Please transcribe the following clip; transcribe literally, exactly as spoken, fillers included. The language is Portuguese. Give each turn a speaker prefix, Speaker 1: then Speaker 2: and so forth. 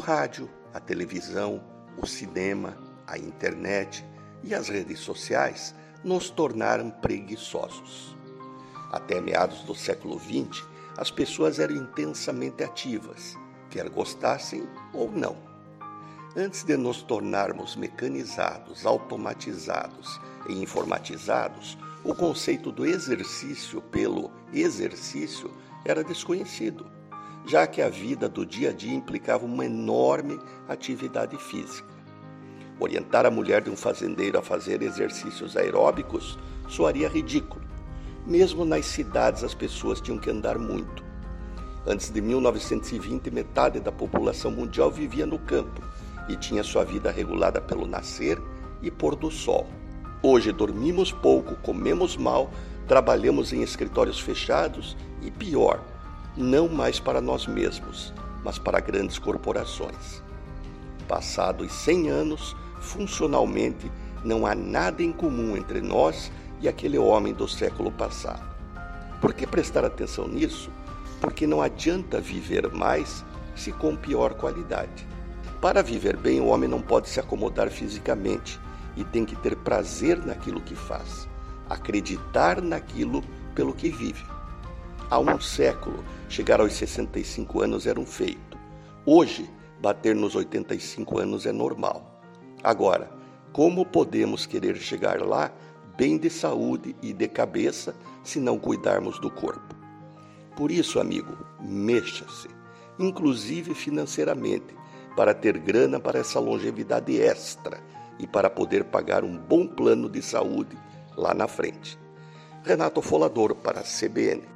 Speaker 1: rádio, a televisão, o cinema, a internet e as redes sociais nos tornaram preguiçosos. Até meados do século vinte, as pessoas eram intensamente ativas, quer gostassem ou não. Antes de nos tornarmos mecanizados, automatizados e informatizados, o conceito do exercício pelo exercício era desconhecido, já que a vida do dia a dia implicava uma enorme atividade física. Orientar a mulher de um fazendeiro a fazer exercícios aeróbicos soaria ridículo. Mesmo nas cidades as pessoas tinham que andar muito. Antes de mil novecentos e vinte, metade da população mundial vivia no campo e tinha sua vida regulada pelo nascer e pôr do sol. Hoje dormimos pouco, comemos mal, trabalhamos em escritórios fechados e pior, não mais para nós mesmos, mas para grandes corporações. Passados cem anos, funcionalmente, não há nada em comum entre nós e aquele homem do século passado. Por que prestar atenção nisso? Porque não adianta viver mais se com pior qualidade. Para viver bem, o homem não pode se acomodar fisicamente e tem que ter prazer naquilo que faz, acreditar naquilo pelo que vive. Há um século, chegar aos sessenta e cinco anos era um feito. Hoje, bater nos oitenta e cinco anos é normal. Agora, como podemos querer chegar lá bem de saúde e de cabeça se não cuidarmos do corpo? Por isso, amigo, mexa-se, inclusive financeiramente, para ter grana para essa longevidade extra e para poder pagar um bom plano de saúde lá na frente. Renato Folador para a C B N.